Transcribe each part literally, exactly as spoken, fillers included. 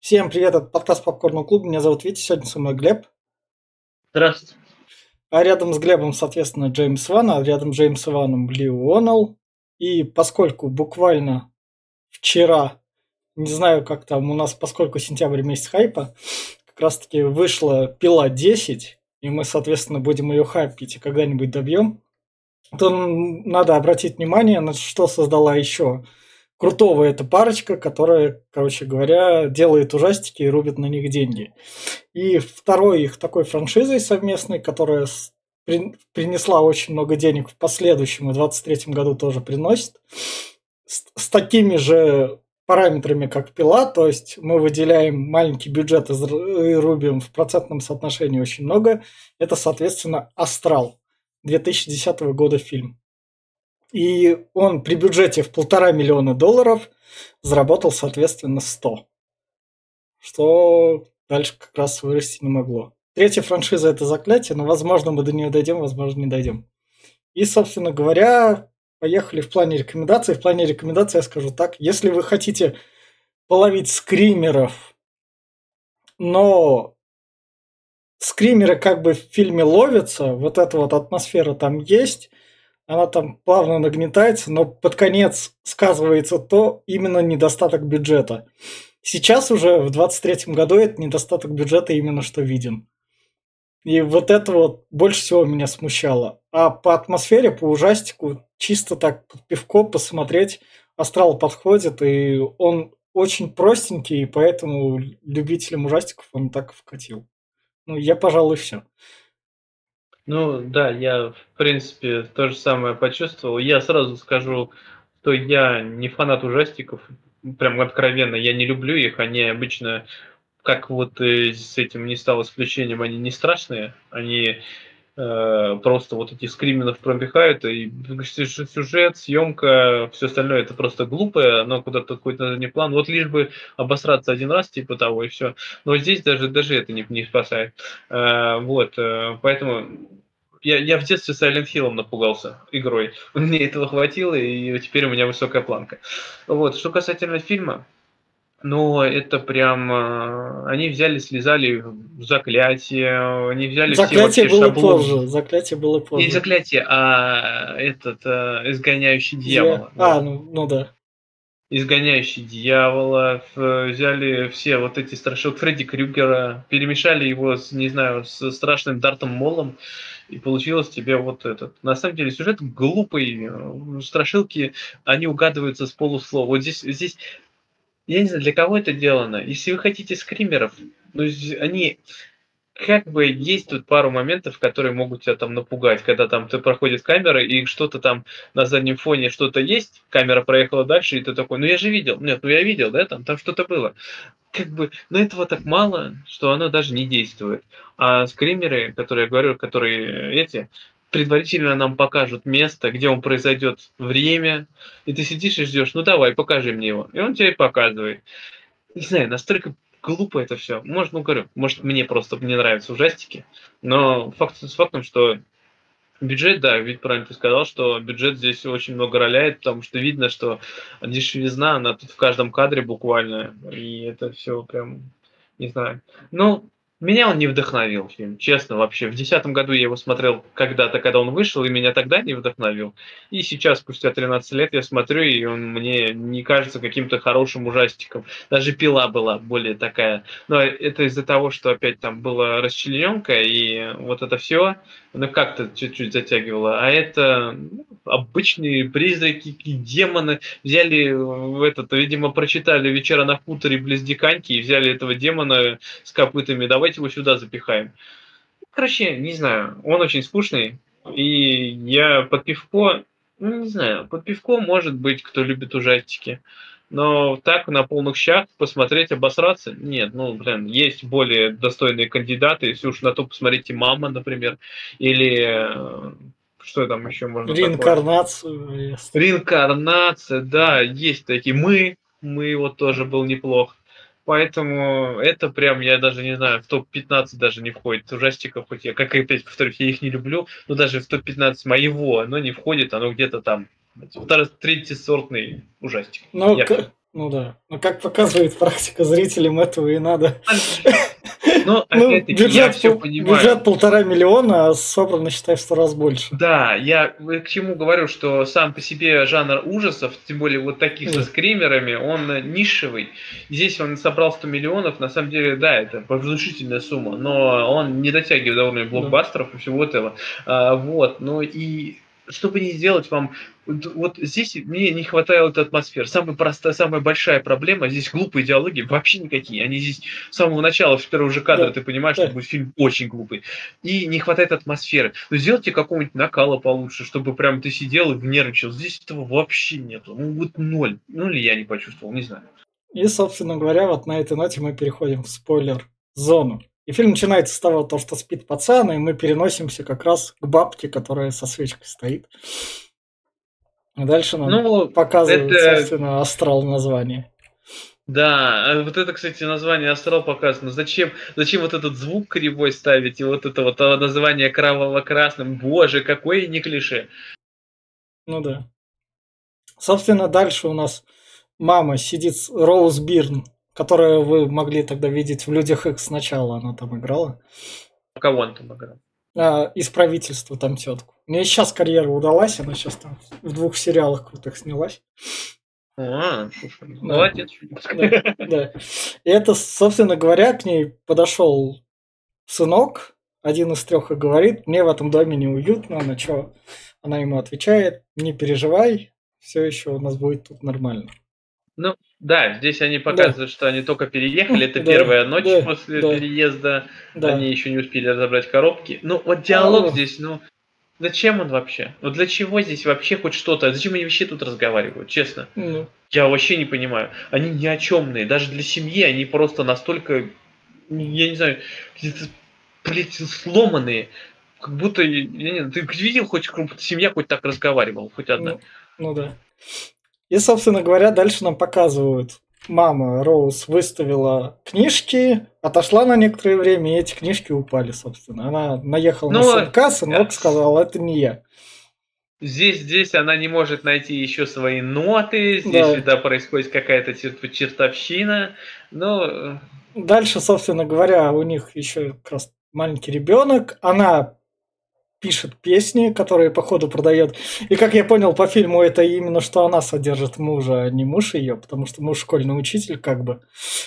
Всем привет, это подкаст Попкорного клуба. Меня зовут Витя, сегодня со мной Глеб. Здравствуйте. А рядом с Глебом, соответственно, Джеймс Ван, а рядом с Джеймсом Ваном Лионел. И поскольку буквально вчера, не знаю, как там у нас, поскольку сентябрь месяц хайпа, как раз-таки вышла Пила десять, и мы, соответственно, будем ее хайпить и когда-нибудь добьем, то надо обратить внимание, на что создала еще крутого эта парочка, которая, короче говоря, делает ужастики и рубит на них деньги. И второй их такой франшизой совместной, которая с- при- принесла очень много денег в последующем и в двадцать третьем году тоже приносит, с, с такими же параметрами, как Пила, то есть мы выделяем маленький бюджет и зр- и рубим в процентном соотношении очень много, это, соответственно, «Астрал», две тысячи десятого года фильм. И он при бюджете в полтора миллиона долларов заработал, соответственно, сто. Что дальше как раз вырасти не могло. Третья франшиза – это «Заклятие», но, возможно, мы до нее дойдем, возможно, не дойдем. И, собственно говоря, поехали в плане рекомендаций. В плане рекомендаций я скажу так. Если вы хотите половить скримеров, но скримеры как бы в фильме ловятся, вот эта вот атмосфера там есть, она там плавно нагнетается, но под конец сказывается то именно недостаток бюджета. Сейчас уже в двадцать третьем году этот недостаток бюджета именно что виден. И вот это вот больше всего меня смущало. А по атмосфере, по ужастику, чисто так под пивко посмотреть, «Астрал» подходит, и он очень простенький, и поэтому любителям ужастиков он так вкатил. Ну, я, пожалуй, все. Ну да, я в принципе то же самое почувствовал. Я сразу скажу, что я не фанат ужастиков, прям откровенно, я не люблю их. Они обычно, как вот э, с этим не стало исключением, они не страшные, они э, просто вот этих скримеров пробегают, и сю- сюжет, съемка, все остальное это просто глупое, оно куда-то какой-то задний план. Вот лишь бы обосраться один раз, типа того, и все. Но здесь даже, даже это не, не спасает. Э, вот, э, поэтому я, я в детстве Silent Hill напугался игрой. Мне этого хватило, и теперь у меня высокая планка. Вот, что касательно фильма, ну, это прям... э, Они взяли, слезали «Заклятие», они взяли все «Заклятие» вообще было шаблоны. позже. «Заклятие» было Не позже. «Заклятие», а этот э, «Изгоняющий Дья- дьявола». А, Вот. ну, ну да. «Изгоняющий дьявола», в- взяли все вот эти страшилки Фредди Крюгера, перемешали его с, не знаю, с страшным Дартом Моллом, и получилось тебе вот этот. На самом деле сюжет глупый, э, страшилки, они угадываются с полуслова. Вот здесь, здесь, я не знаю, для кого это делано. Если вы хотите скримеров, ну, з- они как бы есть тут пару моментов, которые могут тебя там напугать, когда там ты проходит камера и что-то там на заднем фоне что-то есть, камера проехала дальше, и ты такой, ну я же видел, нет, ну я видел, да, там, там что-то было. Как бы, но этого так мало, что оно даже не действует. А скримеры, которые я говорю, которые эти, предварительно нам покажут место, где он произойдет, время, и ты сидишь и ждешь, ну давай, покажи мне его. И он тебе показывает. Не знаю, настолько глупо это все. Может, ну говорю, может мне просто не нравятся ужастики, но факт с фактом, что бюджет, да, ведь правильно ты сказал, что бюджет здесь очень много роляет, потому что видно, что дешевизна, она тут в каждом кадре буквально, и это все прям, не знаю. Ну, меня он не вдохновил, фильм, честно, вообще. В десятом году я его смотрел когда-то, когда он вышел, и меня тогда не вдохновил. И сейчас, спустя тринадцать лет, я смотрю, и он мне не кажется каким-то хорошим ужастиком. Даже «Пила» была более такая. Но это из-за того, что опять там была расчлененка, и вот это все, ну как-то чуть-чуть затягивало. А это ну, обычные призраки, демоны. Взяли в этот, видимо, прочитали «Вечера на хуторе» близ Диканьки и взяли этого демона с копытами. Давайте его сюда запихаем. Короче, не знаю, он очень скучный. И я под пивко, ну не знаю, под пивко может быть, кто любит ужастики. Но так на полных щах посмотреть, обосраться? Нет, ну, блин, есть более достойные кандидаты. Если уж на то посмотрите «Мама», например. Или э, что там еще можно такое? Реинкарнацию. Если. «Реинкарнация», да, есть такие. «Мы», «Мы» вот тоже был неплох. Поэтому это прям, я даже не знаю, в топ пятнадцать даже не входит ужастиков, хоть я, как и опять повторюсь, я их не люблю, но даже в топ пятнадцать моего оно не входит, оно где-то там. Второй, третий сортный ужастик. Но, Я к- все. Ну да. Но как показывает практика, зрителям этого и надо. Ну, Ну, опять-таки, я бюджет, все пол- понимаю. бюджет полтора миллиона, а собрано, считай, в сто раз больше. Да, я к чему говорю, что сам по себе жанр ужасов, тем более вот таких со Да. скримерами, он э, нишевый. Здесь он собрал сто миллионов, на самом деле, да, это внушительная сумма, но он не дотягивает до уровня блокбастеров и всего этого. А, вот, ну и чтобы не сделать вам... Вот, вот здесь мне не хватает атмосферы. Самая простая, самая большая проблема, здесь глупые диалоги вообще никакие. Они здесь с самого начала, с первого же кадра, Да, ты понимаешь, да. что будет фильм очень глупый. И не хватает атмосферы. Ну, сделайте какого-нибудь накала получше, чтобы прям ты сидел и нервничал. Здесь этого вообще нету. Ну, вот ноль. Ну, или я не почувствовал, не знаю. И, собственно говоря, вот на этой ноте мы переходим в спойлер-зону. И фильм начинается с того, то, что спит пацан, и мы переносимся как раз к бабке, которая со свечкой стоит. И дальше нам Ну, показывают, это... собственно, астрал название. Да, а вот это, кстати, название астрал показано. Зачем, зачем вот этот звук кривой ставить и вот это вот а, название кроваво-красным? Боже, какое не клише. Ну да. Собственно, дальше у нас мама сидит с Роуз Бирн, которую вы могли тогда видеть в «Людях Икс» сначала, она там играла. Кого он там играл? А, из правительства там тетку. У нее сейчас карьера удалась, она сейчас там в двух сериалах крутых снялась. А, слушай, Да. молодец. Да, да. И это, собственно говоря, к ней подошел сынок, один из трех, и говорит: мне в этом доме неуютно, на что она ему отвечает: не переживай, все еще у нас будет тут нормально. Ну, да, здесь они показывают, что они только переехали. Это Да, первая ночь да, после да, переезда. да. Они еще не успели разобрать коробки. Ну, вот диалог А, здесь, ну, зачем он вообще? Вот для чего здесь вообще хоть что-то? Зачем они вообще тут разговаривают, честно? ну, Я вообще не понимаю. Они ни о чемные. Даже для семьи они просто настолько, я не знаю, какие-то, блядь, сломанные. Как будто, я не знаю, ты видел, хоть семья хоть так разговаривала, хоть одна? ну, ну да. И, собственно говоря, дальше нам показывают. Мама Роуз выставила книжки, отошла на некоторое время, и эти книжки упали, собственно. Она наехала на Ну, сынка, сынок э, сказал: это не я. Здесь, здесь она не может найти еще свои ноты, здесь Да. всегда происходит какая-то чер- чертовщина. Ну, Дальше, собственно говоря, у них еще как раз маленький ребенок. Она пишет песни, которые по ходу продает. И как я понял по фильму, это именно что она содержит мужа, а не муж ее, потому что муж школьный учитель, как бы.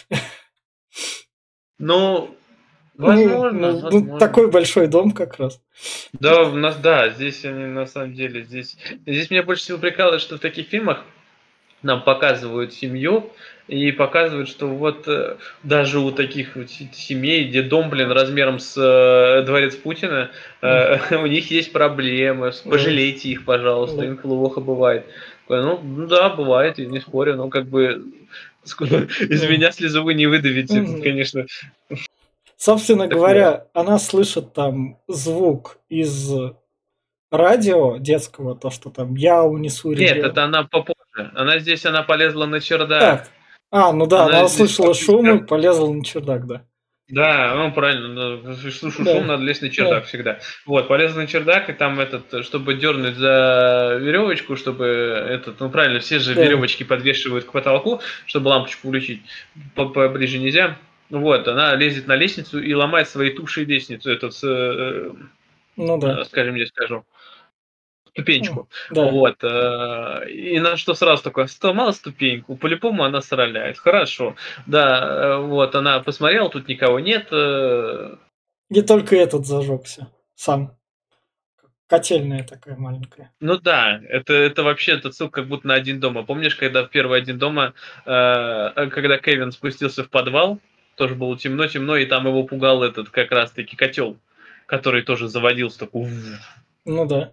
ну, Ну, возможно, ну, ну, возможно. такой большой дом как раз. Да, у нас, да, здесь они на самом деле, здесь, здесь меня больше всего прикалывает, что в таких фильмах нам показывают семью и показывают, что вот э, даже у таких вот се- семей, где дом, блин, размером с э, дворец Путина, э, у них есть проблемы, Да. пожалейте их, пожалуйста, Да. им плохо бывает. Такой, Ну, ну да, бывает, я не спорю, но как бы ск- из Да. меня слезу вы не выдавите, тут, Мгм. конечно. Собственно такое. говоря, она слышит там звук из радио детского, то, что там я унесу Нет, ребенка. это она попозже. Она здесь, она полезла на чердак. Так. А, ну да, Она она здесь услышала фактически- шум и полезла на чердак, да. Да, ну правильно, ну, слышу Да. шум, надо лезть на чердак всегда. Вот, полез на чердак, и там этот, чтобы дернуть за веревочку, чтобы этот, ну правильно, все же Да. веревочки подвешивают к потолку, чтобы лампочку включить, по- поближе нельзя. Вот, она лезет на лестницу и ломает своей тушей лестницу, этот, с, э, Ну э, да. скажем, не скажу, ступенечку. Да. Вот. э, И на что сразу такое, сломала ступеньку, по-любому она сраляет. Хорошо. Да, э, вот, она посмотрела, тут никого нет. э, И только этот зажегся сам. Котельная такая маленькая. Ну да, это, это вообще это ссылка как будто на «Один дома». Помнишь, когда в первый «Один дома», э, когда Кевин спустился в подвал, тоже было темно-темно, и там его пугал этот как раз-таки котел, который тоже заводился такой. Ну да.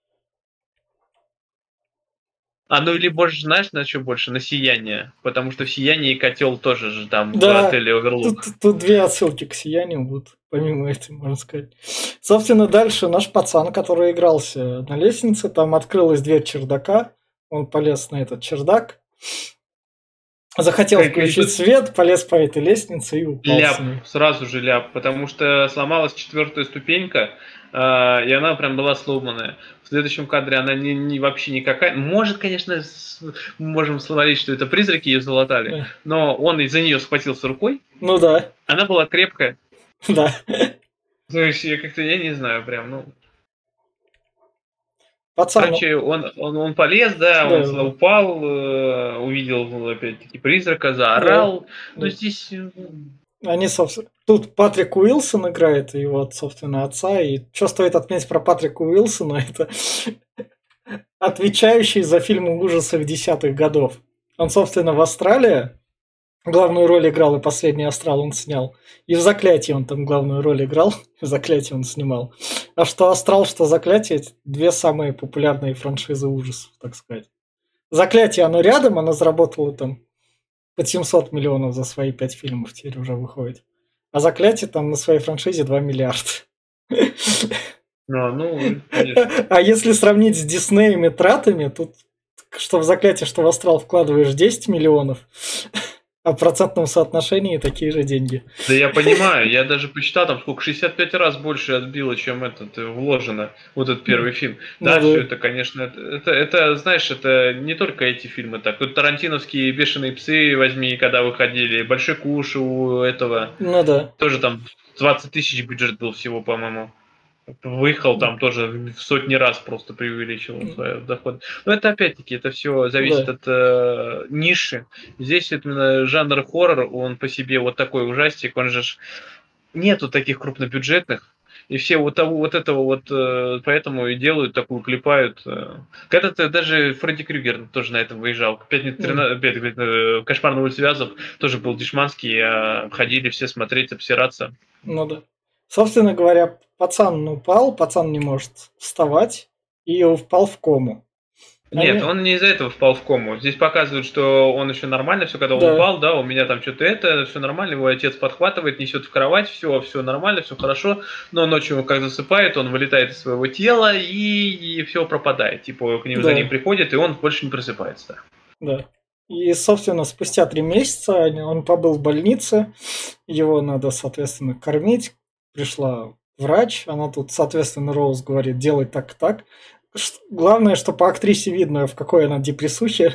А ну или больше, знаешь, на что больше? На «Сияние». Потому что в «Сиянии» котел тоже же там в Да. отеле Оверлук. Тут, тут две отсылки к сиянию будут, помимо этого, можно сказать. Собственно, дальше наш пацан, который игрался на лестнице, там открылась дверь чердака, он полез на этот чердак, захотел Как включить идет свет, полез по этой лестнице и упал с ляп, ней. сразу же ляп, потому что сломалась четвертая ступенька, э, и она прям была сломанная. В следующем кадре она не, не вообще никакая. Может, конечно, с- мы можем говорить, что это призраки ее залатали, Да. но он из-за нее схватился рукой. Ну да, Она была крепкая. да. То есть я как-то, я не знаю, прям, ну... Пацан, ну, Короче, он, он, он полез, да, да, он сюда упал, э, увидел опять-таки призрака, да, заорал. Но да. здесь... э, Они, собственно... Тут Патрик Уилсон играет, его, собственно, отца. И что стоит отметить про Патрика Уилсона, это отвечающий за фильмы ужасов десятых годов. Он, собственно, в Австралии главную роль играл, и «Последний астрал» он снял. И в «Заклятии» он там главную роль играл, в «Заклятии» он снимал. А что «Астрал», что «Заклятие» — это две самые популярные франшизы ужасов, так сказать. «Заклятие» оно рядом, оно заработало там под семьсот миллионов за свои пять фильмов теперь уже выходит. А «Заклятие» там на своей франшизе два миллиарда. Ну, ну, конечно. А если сравнить с Диснеем и тратами, тут что в «Заклятие», что в «Астрал» вкладываешь десять миллионов, а в процентном соотношении такие же деньги. Да я понимаю, я даже посчитал, там сколько, шестьдесят пять раз больше отбило, чем этот э, вложено, вот этот первый фильм. Ну Да, все да. это, конечно, это, это, это, знаешь, это не только эти фильмы так. Вот тарантиновские «Бешеные псы» возьми, когда выходили, «Большой куш» у этого, Ну да. тоже там двадцать тысяч бюджет был всего, по-моему. Выехал там тоже в сотни раз просто преувеличивал свой доход. Но это опять-таки, это все зависит Да. от э, ниши. Здесь именно жанр хоррор, он по себе вот такой ужастик, он же ж- нету таких крупнобюджетных. И все вот того, вот этого вот, э, поэтому и делают такую, клепают. э. Когда-то даже Фредди Крюгер тоже на этом выезжал. Пятница тринадцать, Кошмар на улице Вязов тоже был дешманский, а ходили все смотреть, обсираться. Ну да. Собственно говоря, пацан упал, пацан не может вставать и впал в кому. Нет, Они... он не из-за этого впал в кому. Здесь показывают, что он еще нормально, все, когда он Да. упал, да, у меня там что-то это, все нормально, его отец подхватывает, несет в кровать, все, все нормально, все хорошо, но ночью он как засыпает, он вылетает из своего тела и, и все пропадает. Типа к ним Да. за ним приходит, и он больше не просыпается. Да. И, собственно, спустя три месяца он побыл в больнице, его надо, соответственно, кормить. Пришла врач, она тут, соответственно, Роуз говорит, делай так и так. Ш- Главное, что по актрисе видно, в какой она депрессухе.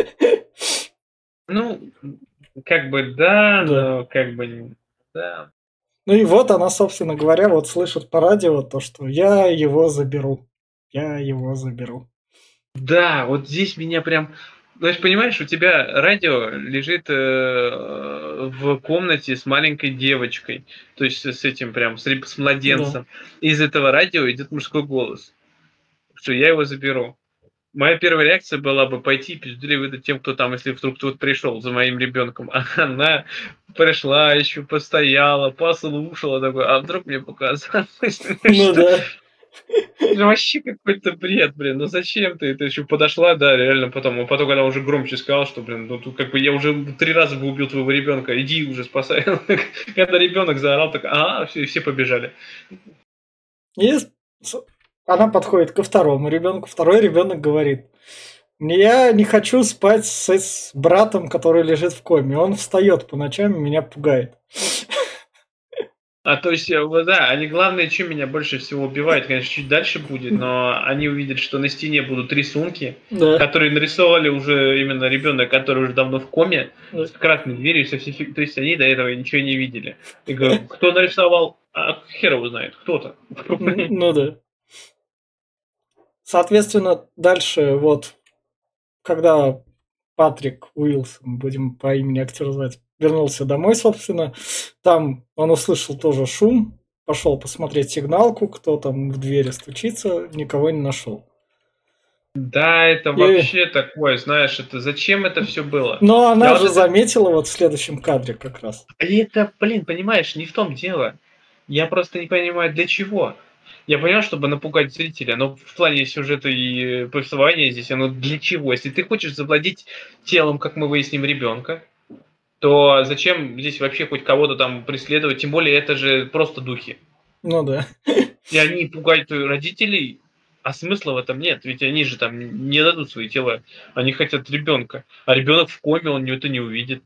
Ну, как бы да, Да. но как бы не- да. Ну и вот она, собственно говоря, вот слышит по радио то, что я его заберу. Я его заберу. Да, вот здесь меня прям... То есть, понимаешь, у тебя радио лежит э, в комнате с маленькой девочкой, то есть с этим прям, с, реб- с Да. младенцем. И из этого радио идет мужской голос, что я его заберу. Моя первая реакция была бы пойти и пиздюлей выдать тем, кто там, если вдруг кто-то пришел за моим ребенком. А она пришла, еще постояла, послушала, такой, а вдруг мне показалось, Ну что да. это вообще какой-то бред, блин. Ну зачем ты? Ты еще подошла, да, реально потом. А потом, когда уже громче сказал, что, блин, ну тут как бы я уже три раза бы убил твоего ребенка, иди уже спасай. Когда ребенок заорал, так, а, все, и все побежали. И с- она подходит ко второму ребенку. Второй ребенок говорит, я не хочу спать с, с братом, который лежит в коме. Он встает по ночам и меня пугает. А то есть, э, вот, да, они главное, чем меня больше всего убивают, конечно, чуть дальше будет, но они увидят, что на стене будут рисунки, Да. которые нарисовали уже именно ребенок, который уже давно в коме, Да. с красной дверью, со всей фиг- то есть они до этого ничего не видели. И говорю, кто нарисовал? А хер его знает, кто-то. Н- Ну да. Соответственно, дальше вот, когда Патрик Уилсон, будем по имени актера звать, вернулся домой, собственно, там он услышал тоже шум, пошел посмотреть сигналку, кто там в двери стучится, никого не нашел. Да, это И... вообще такое, знаешь, это зачем это все было? Но она Я же вот это... заметила вот в следующем кадре как раз. И это, блин, понимаешь, не в том дело. Я просто не понимаю, для чего. Я понимаю, чтобы напугать зрителя, но в плане сюжета и повествования здесь оно для чего? Если ты хочешь завладеть телом, как мы выясним, ребенка, то зачем здесь вообще хоть кого-то там преследовать? Тем более это же просто духи. Ну да. И они пугают родителей, а смысла в этом нет. Ведь они же там не дадут свои тела. Они хотят ребенка. А ребенок в коме, он это не увидит.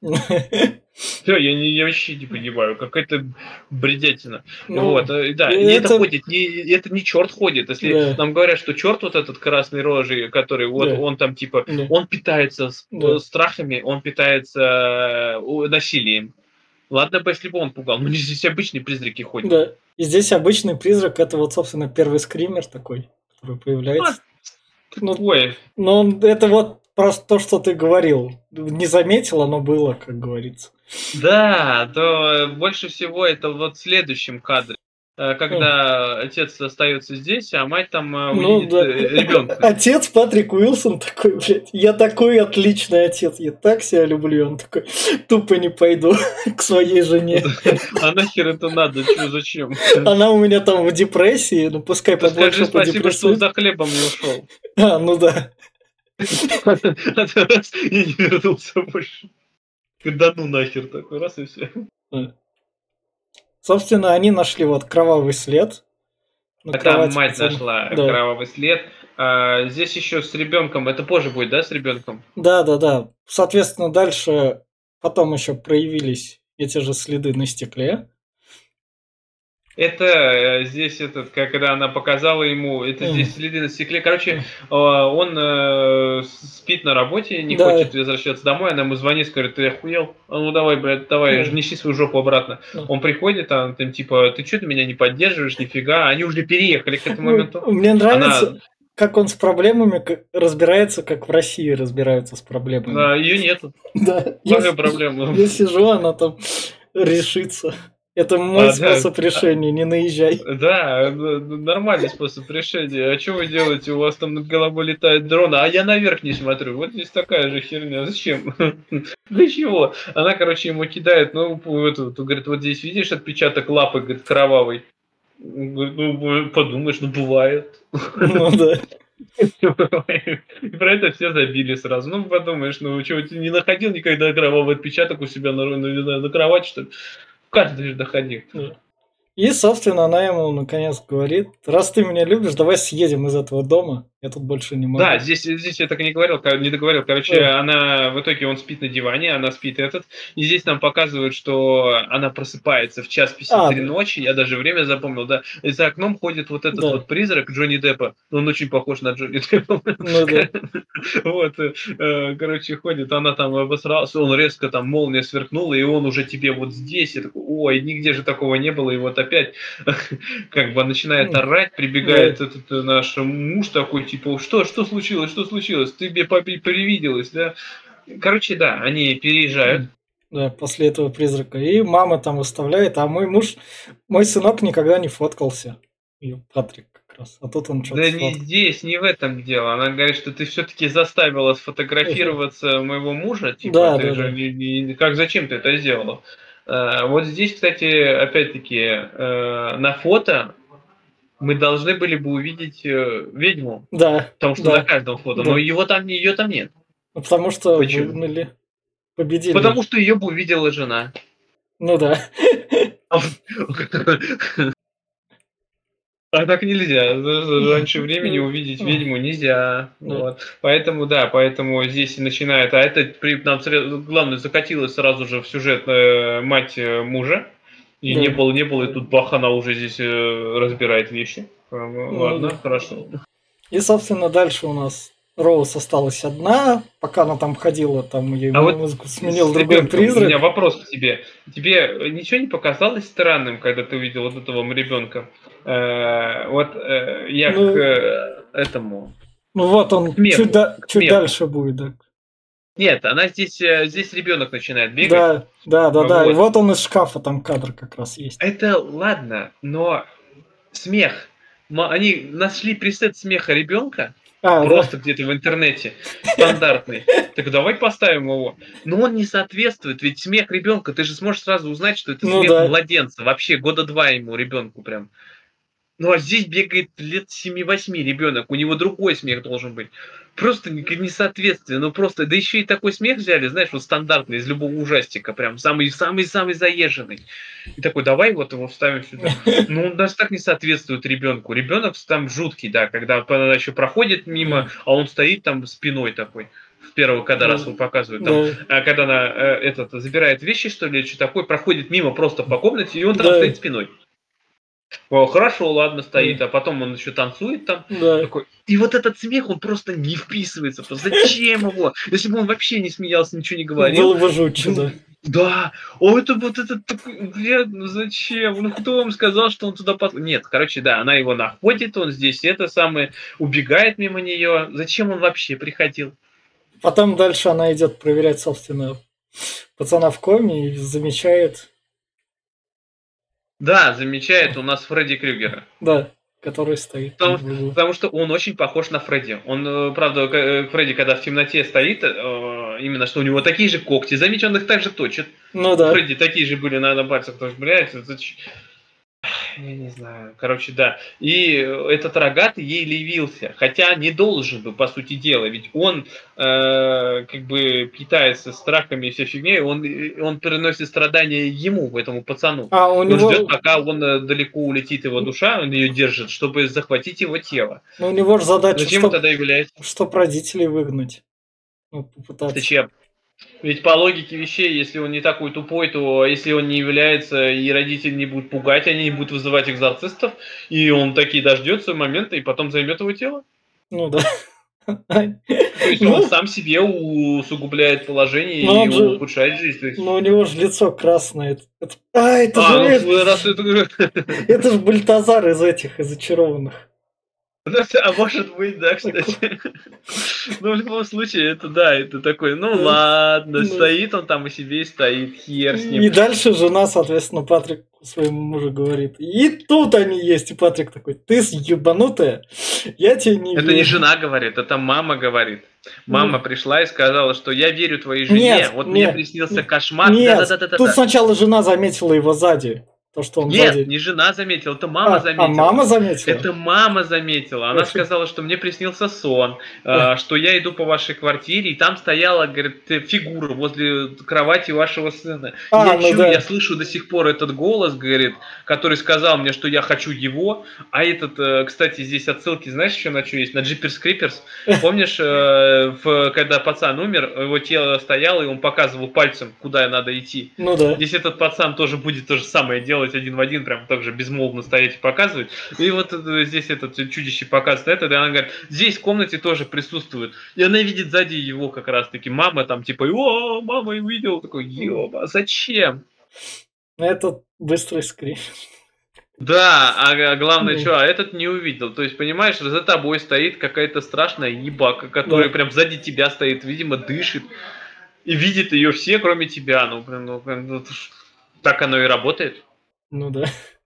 Всё, я не я вообще не понимаю, какая-то бредятина. Вот, Ну, э, да, не это это ходит, не это не черт ходит. Если да, нам говорят, что черт вот этот красной рожей, который вот да, он там типа, да, он питается с э, да, страхами, он питается, э, у насилием. Ладно бы, если бы он пугал, но здесь обычные призраки ходят. да. И здесь обычный призрак- это вот, собственно, первый скример такой, который А, появляется. Ну, такое. ну, он это вот просто то, что ты говорил. Не заметил, оно было, как говорится. Да, то больше всего это вот в следующем кадре, э, М. когда отец остается здесь, а мать там, э, Ну увидит, да. э, ребенка. Отец Патрик Уилсон такой, блядь, я такой отличный отец, я так себя люблю. Он такой, тупо не пойду к своей жене. А нахер это надо? Чё, зачем? Она у меня там в депрессии, ну пускай Да скажи побольше спасибо, что он подепрессует. за хлебом не ушел. А, ну да. Раз и не вернулся больше. Да ну нахер такой, раз и все. Да. Собственно, они нашли вот кровавый след на А там кровати мать пацана. нашла Да. кровавый след. А, здесь еще с ребенком. Это позже будет, да, с ребенком? Да, да, да. Соответственно, дальше потом еще проявились эти же следы на стекле. Это э, здесь этот, как когда она показала ему, это М. здесь следы на стекле. Короче, э, он э, спит на работе, не Да. хочет возвращаться домой. Она ему звонит, говорит, ты охуел? А ну давай, блядь, давай, Да. неси свою жопу обратно. Да. Он приходит, а там типа, ты что ты меня не поддерживаешь, нифига. Они уже переехали к этому Ой, моменту. мне нравится, Она, как он с проблемами к- разбирается, как в России разбираются с проблемами. а, ее нету. Да, я, Какая с- проблема? я сижу, она там решится. Это мой А, да, способ решения, не наезжай. да, н- нормальный способ решения. А что вы делаете? У вас там над головой летает дрон, а я наверх не смотрю. Вот здесь такая же херня. Зачем? Для чего? Она, короче, ему кидает, ну, эту, говорит, вот здесь видишь отпечаток лапы, говорит, кровавый. Он говорит, ну, подумаешь, ну, бывает. Ну да. И про это все забили сразу. Ну, подумаешь, ну, что, ты не находил никогда кровавый отпечаток у себя на, ну, не знаю, на кровати, что ли? Каждый же доходил. Да. И, собственно, она ему наконец говорит, раз ты меня любишь, давай съедем из этого дома, я тут больше не могу. Да, здесь, здесь я так и не говорил, ко- не договорил. Короче, Да. она в итоге он спит на диване, она спит этот. И здесь нам показывают, что она просыпается в час пятьдесят три А, да. ночи. Я даже время запомнил, да. И за окном ходит вот этот Да. вот призрак Джонни Деппа. Он очень похож на Джонни Деппа. Ну да. Вот, э, короче, ходит, она там обосралась, он резко там молния сверкнула, и он уже тебе вот здесь. Я такой, ой, нигде же такого не было. И вот опять как бы начинает орать, прибегает Да. этот э, наш муж такой, типа, что, что случилось, что случилось? Тебе папе привиделось, да? Короче, да, они переезжают. Да, после этого призрака. И мама там выставляет, а мой муж, мой сынок никогда не фоткался. И Патрик как раз. А тут он что-то Да не сфоткал. здесь, не в этом дело. Она говорит, что ты все-таки заставила сфотографироваться моего мужа, типа, Да, ты да, же да. не, не- как зачем ты это сделала? Э, вот здесь, кстати, опять-таки, э, на фото мы должны были бы увидеть э, ведьму, Да, потому что на да, каждом фото, но да. его там, не- ее там нет. Ну, потому что Почему? выгнали, победили. Потому что ее бы увидела жена. Ну да. А так нельзя. Раньше времени увидеть ведьму нельзя. Да. Вот. Поэтому, да, поэтому здесь и начинает. А это при, нам сре- главное закатилась сразу же в сюжет э, мать э, мужа. И Да. не было, не было, и тут бах, она уже здесь э, разбирает вещи. Э, Ну Ладно, да. хорошо. И, собственно, дальше у нас Роуз осталась одна, пока она там ходила, там ей А вот музыку сменил с другой ребенком у меня призрак. вопрос к тебе. Тебе ничего не показалось странным, когда ты увидел вот этого ребенка? Э, вот э, я Ну, к э, этому ну вот он смеху, чуть, да- к чуть смеху. дальше будет, да. Нет, она здесь, э, здесь ребенок начинает бегать. Да, да, да, да. И Вот. вот он из шкафа, там кадр как раз есть. Это ладно, но смех. Ма- Они нашли пресет смеха ребенка А, да. просто где-то в интернете, стандартный. Так давай поставим его. Но он не соответствует, ведь смех ребенка, ты же сможешь сразу узнать, что это Ну смех да. младенца. Вообще года два ему ребенку прям. Ну а здесь бегает лет семи-восьми ребенок, у него другой смех должен быть. Просто не- несоответствие, ну просто, да еще и такой смех взяли, знаешь, вот стандартный, из любого ужастика, прям самый-самый-самый заезженный. И такой, давай вот его вставим сюда. Ну он даже так не соответствует ребенку. Ребенок там жуткий, да, когда она еще проходит мимо, а он стоит там спиной такой. в первого, когда Да. Рассел показывают, там, Да. а, когда она э, этот, забирает вещи, что ли, или что такое, проходит мимо просто по комнате, и он там Да. стоит спиной. О, хорошо, ладно, стоит, Да. а потом он еще танцует там. Да. Такой. И вот этот смех, он просто не вписывается. Просто зачем его? Если бы он вообще не смеялся, ничего не говорил. Было бы жутче, ну, да. Да, о, это вот этот такой, блядь, ну зачем? Ну кто вам сказал, что он туда под... Нет, короче, да, она его находит, он здесь это самое, убегает мимо нее. Зачем он вообще приходил? Потом дальше она идет проверять, собственно, пацана в коме и замечает, Да, замечает у нас Фредди Крюгера. да, который стоит. Потому, в углу. потому что он очень похож на Фредди. Он, э, правда, к- э, Фредди, когда в темноте стоит, э, именно что у него такие же когти. Заметь, он их также точит. Ну У да. Фредди такие же были на, на пальцах тоже, блядь, это ч- я не знаю. Короче, да. И этот рогатый ей явился. Хотя не должен бы, по сути дела. Ведь он э, как бы питается страхами и всей фигней. Он, он переносит страдания ему, этому пацану. А у И он него, ждет, пока он э, далеко улетит его душа, он ее держит, чтобы захватить его тело. ну, у него же задача, Зачем он чтоб, тогда является? чтоб родителей выгнать. Ну, попытаться. Зачем? Ведь по логике вещей, если он не такой тупой, то если он не является, и родители не будут пугать, они не будут вызывать экзорцистов, и он таки дождется момента, и потом займет его тело. Ну да. То есть Ну, он сам себе усугубляет положение Ну, и он же- ухудшает жизнь. То есть- ну, у него же лицо красное. Это- это- А, это А, ну, же это, раз это... это же Бальтазар из этих, из зачарованных. А может быть, да, кстати. Ну, в любом случае, это да, это такой, ну Да. ладно, Да. стоит он там и себе и стоит, хер с И ним. дальше жена, соответственно, Патрик своему мужу говорит. И тут они есть. И Патрик такой, ты ебанутая, я тебе не Это верю. не жена говорит, это мама говорит. Мама Ну. пришла и сказала, что я верю твоей жене, Нет, вот нет, мне приснился нет, кошмар. Нет, Да-да-да-да-да. тут сначала жена заметила его сзади. То, что он Нет, сзади. не жена заметила, это мама а, заметила. а мама заметила? Это мама заметила. Она Эх. сказала, что мне приснился сон, э, что я иду по вашей квартире, и там стояла, говорит, фигура возле кровати вашего сына. А, я ну чую, да. я слышу до сих пор этот голос, говорит, который сказал мне, что я хочу его. А этот, э, кстати, здесь отсылки, знаешь, еще на что есть? На Jeepers Creepers. Помнишь, э, в, когда пацан умер, его тело стояло, и он показывал пальцем, куда надо идти. Ну да. Здесь этот пацан тоже будет то же самое делать один в один, прям так же безмолвно стоять и показывать. И вот э, здесь этот чудище показывает это, и она говорит, здесь в комнате тоже присутствует. И она видит сзади его как раз-таки. Мама там типа, о, мама увидел. Такой, ёба, зачем? Это быстрый скрин. Да, а а главное, Ну. что, а этот не увидел. То есть, понимаешь, за тобой стоит какая-то страшная ебака, которая Да. прям сзади тебя стоит, видимо, дышит. И видит ее все, кроме тебя. Ну, блин, ну, блин, ну, это ж- так оно и работает. Ну да.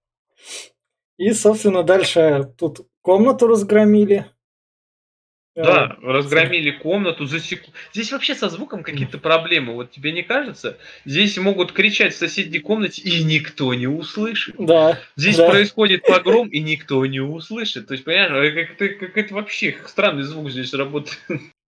И, собственно, дальше тут комнату разгромили. Да, Э, разгромили комнату, засеку. Здесь вообще со звуком какие-то проблемы, вот тебе не кажется? Здесь могут кричать в соседней комнате, и никто не услышит. Да. Здесь да. происходит погром, и никто не услышит. То есть, понимаешь, как-то, как-то вообще странный звук здесь работает.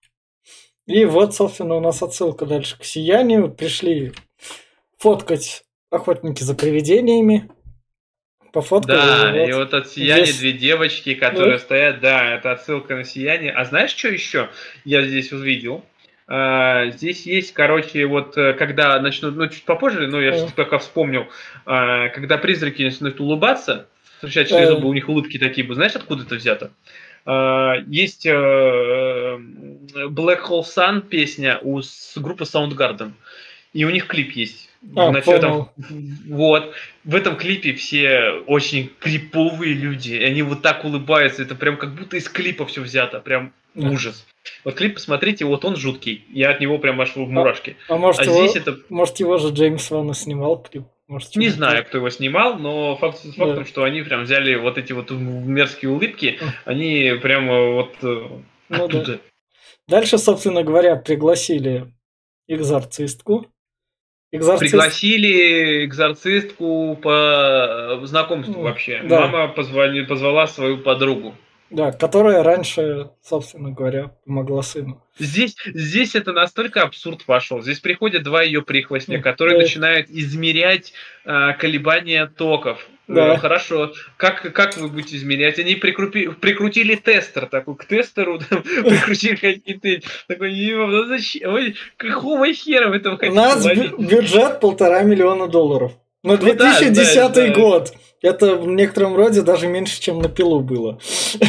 И вот, собственно, у нас отсылка дальше к сиянию. Пришли фоткать охотники за привидениями. Пофоткали. Да, вот. и вот от сияния Здесь- две девочки, которые Да. стоят, да, это отсылка на сияние. А знаешь, что еще я здесь увидел? А, здесь есть, короче, вот э, когда начнут, ну чуть попозже, но я Да. сейчас только вспомнил, а, когда призраки начнут улыбаться, встречать Да. через зубы, у них улыбки такие, бы, знаешь, откуда это взято? А, есть э, э, Black Hole Sun песня у с- группы Soundgarden, и у них клип есть. А, На чё понял. там- вот. В этом клипе все очень криповые люди, и они вот так улыбаются, это прям как будто из клипа все взято, прям Да. ужас. Вот клип посмотрите, вот он жуткий, я от него прям аж в мурашки. А может, А его, здесь это, может его же Джеймс Ван и снимал клип? Может, не что-то знаю, так. кто его снимал, но факт с фактом, Да. что они прям взяли вот эти вот мерзкие улыбки, М. они прямо вот э, Ну да. оттуда. Дальше, собственно говоря, пригласили экзорцистку. Экзорцист... Пригласили экзорцистку по э, знакомству Ну, вообще. да. Мама позвони- позвала свою подругу. Да, которая раньше, собственно говоря, помогла сыну. Здесь, здесь это настолько абсурд пошел. Здесь приходят два ее прихвостня, М, которые да. начинают измерять э, колебания токов. Э, Да. Хорошо. Как, как вы будете измерять? Они прикрупи- прикрутили тестер такой к тестеру, там, прикрутили какие-то... Такой, «Ё, ну зачем? Вы какого хера вы там У хотите нас бю- ловить?» бюджет полтора миллиона долларов. На Ну да, знаешь, 2010 да. год. Это в некотором роде даже меньше, чем на пилу было.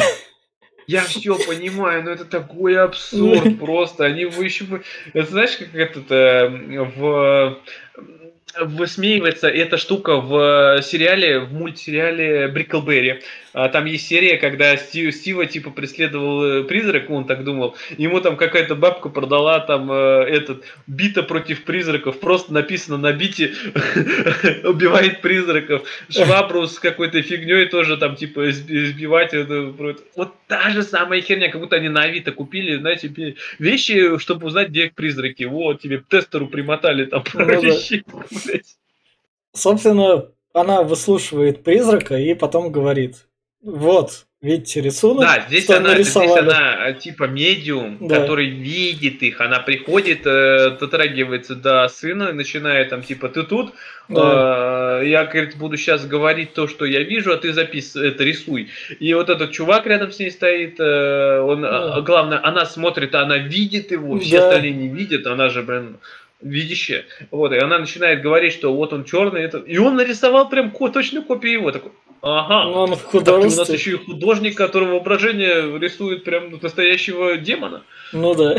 Я все понимаю, но это такой абсурд просто. Они вы еще бы... Это знаешь, как этот э, в высмеивается эта штука в сериале, в мультсериале Бриклберри. А, Там есть серия, когда Стив, Стива типа преследовал э, призрак, он так думал. Ему там какая-то бабка продала там э, этот бита против призраков. Просто написано на бите убивает призраков. Швабру с какой-то фигней тоже там типа изби- избивать. это про- Вот та же самая херня, как будто они на Авито купили, знаете, пи- вещи, чтобы узнать, где призраки. Вот тебе тестеру примотали там пару Ну да. вещей, блядь. Собственно, она выслушивает призрака и потом говорит: вот, видите рисунок, Да, здесь что она, здесь нарисовали. она э, типа медиум, Да. который видит их. Она приходит, э, дотрагивается до сына, начинает там типа ты тут, Да. Э, я, говорит, буду сейчас говорить то, что я вижу, а ты запис это рисуй. И вот этот чувак рядом с ней стоит, э, он, Да. а, главное, она смотрит, она видит его, все Да. остальные не видят, она же, блин, видящая. Вот, и она начинает говорить, что вот он черный, это... и он нарисовал прям ко- точную копию его. Такой, ага, Ну, он в так ты у нас художестве. еще и художник, которого воображение рисует прям настоящего демона. Ну да.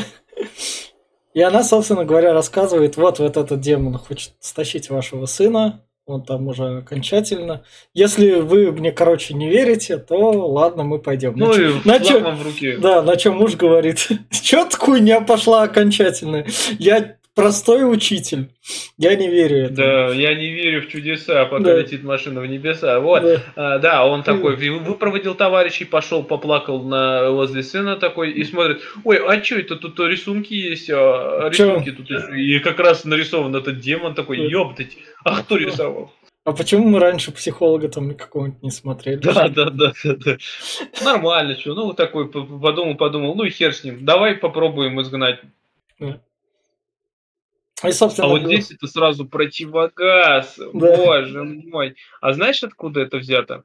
И она, собственно говоря, рассказывает: вот, вот этот демон хочет стащить вашего сына, он там уже окончательно. Если вы мне, короче, не верите, то ладно, мы пойдем. Ну и флаг вам в руки. Да, на чем муж говорит: чё-то хуйня пошла окончательно. Я простой учитель. Я не верю этому. Да, я не верю в чудеса, пока Да. летит машина в небеса. Вот, Да. а, да, он такой вы- выпроводил товарищей, пошел, поплакал на, возле сына такой и смотрит: ой, а что это, тут рисунки есть, а, Чё? рисунки тут есть. И как раз нарисован этот демон такой, Да. ёптать, а кто рисовал? А почему мы раньше психолога там какого-нибудь не смотрели? Да, да, да, да, да. Нормально, что, ну такой п- п- подумал, подумал, ну и хер с ним, давай попробуем изгнать. Да. И, собственно, А вот говоря, здесь это сразу противогаз, Да. боже мой. А знаешь, откуда это взято?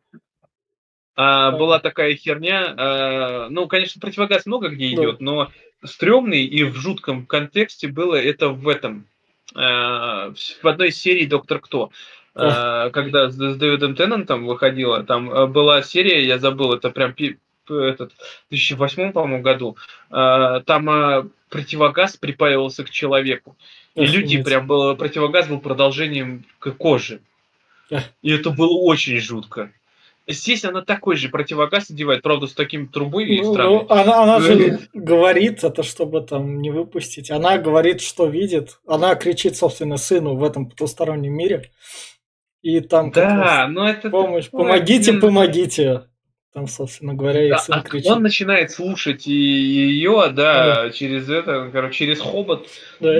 А, Да. была такая херня, а, ну, конечно, противогаз много где Да. идет, но стрёмный и в жутком контексте было это в этом, а, в в одной из серий «Доктор Кто». Да. А, когда с, с Дэвидом Теннантом выходила, там а, была серия, я забыл, это прям пи- п- этот, в две тысячи восьмом, по-моему, году, а, там а, противогаз припаивался к человеку. И люди Охренеть. прям было, противогаз был продолжением к кожи. Да. И это было очень жутко. Здесь она такой же противогаз одевает, правда, с таким трубой и Ну, странной. ну, она, она же говорит это, чтобы там не выпустить. Она говорит, что видит. Она кричит, собственно, сыну в этом потустороннем мире. И там как раз Да, но это помощь. такое, Помогите, блин. помогите. Там, собственно говоря, и Да, сын а кричит. он начинает слушать и ее, да, через это, короче, через хобот. Да.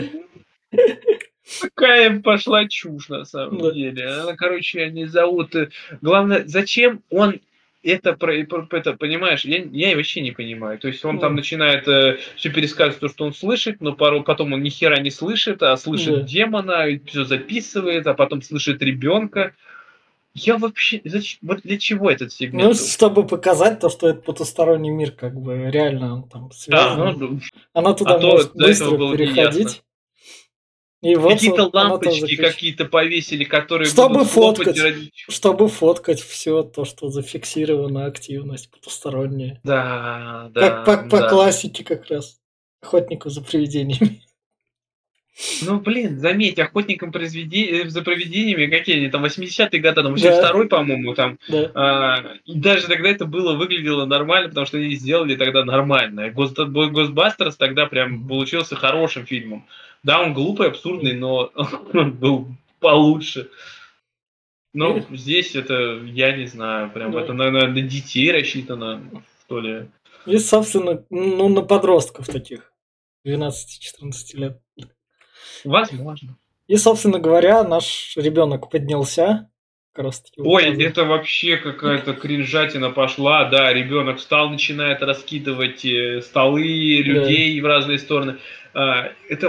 Какая пошла чушь на самом Да. деле. Она, короче, они зовут. э, Главное, зачем он это, про- про- это понимаешь? Я, я вообще не понимаю. То есть он там Ну, начинает все пересказывать то, что он слышит, но пару, потом он ни хера не слышит, а слышит да. демона, все записывает, а потом слышит ребенка. Я вообще... зач- Вот для чего этот сегмент Ну, был? чтобы показать то, что это потусторонний мир, как бы реально он там А, связан. ну, Она туда а то может до этого быстро было неясно. переходить. И вот Какие-то со- она тоже лампочки кричит. какие-то повесили, которые Чтобы будут хлопать фоткать. ради... Чтобы фоткать все то, что зафиксировано, активность потусторонняя. Да, Как да, по, по да. классике как раз. Охотнику за привидениями. Ну, блин, заметь, охотникам произведи- э, за привидениями, какие они там, восьмидесятые годы, там, восемьдесят второй, по-моему, там, Да. а, и даже тогда это было, выглядело нормально, потому что они сделали тогда нормально. Госбастерс тогда прям Мгм. получился хорошим фильмом. Да, он глупый, абсурдный, но он был получше. Но здесь это, я не знаю, прям Да. это, наверное, на детей рассчитано, что ли. И, собственно, ну, на подростков таких. двенадцати-четырнадцати лет. Возможно. И, собственно говоря, наш ребенок поднялся. Как раз таки Ой, указывает. это вообще какая-то кринжатина пошла, да, ребенок встал, начинает раскидывать э, столы, людей в разные стороны. А, это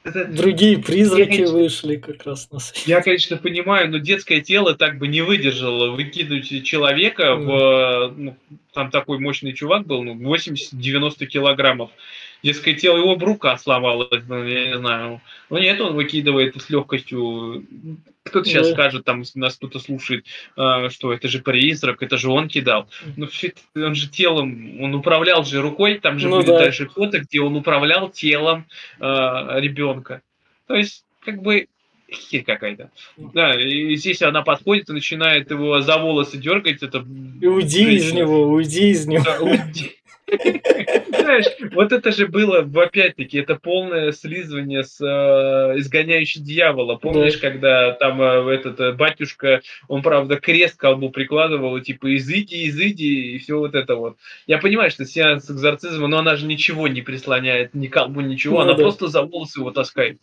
Это Другие я, призраки конечно, вышли как раз на свет. я, конечно, понимаю, но детское тело так бы не выдержало выкидывать человека в, М. э, ну, там такой мощный чувак был, ну, восемьдесят-девяносто килограммов. Детское тело, его бы рука сломалась, ну, я не знаю. Но нет, он выкидывает с легкостью. Кто-то сейчас Да. скажет, там, если нас кто-то слушает, э, что это же призрак, это же он кидал. Ну, фиг, он же телом, он управлял же рукой, там же Ну будет да. дальше фото, где он управлял телом э, ребенка. То есть, как бы, херь какая-то. Да, и здесь она подходит и начинает его за волосы дергать, это И уйди из женщина. него, уйди из него. Да, уйди. Знаешь, вот это же было, в- опять-таки, это полное слизывание с э, изгоняющий дьявола. Да. Помнишь, когда там э, этот э, батюшка, он, правда, крест к колбу прикладывал, и типа изыди, изыди, и все вот это вот. Я понимаю, что сеанс экзорцизма, но она же ничего не прислоняет, ни колбу, ничего, Ну она да. просто за волосы его таскает.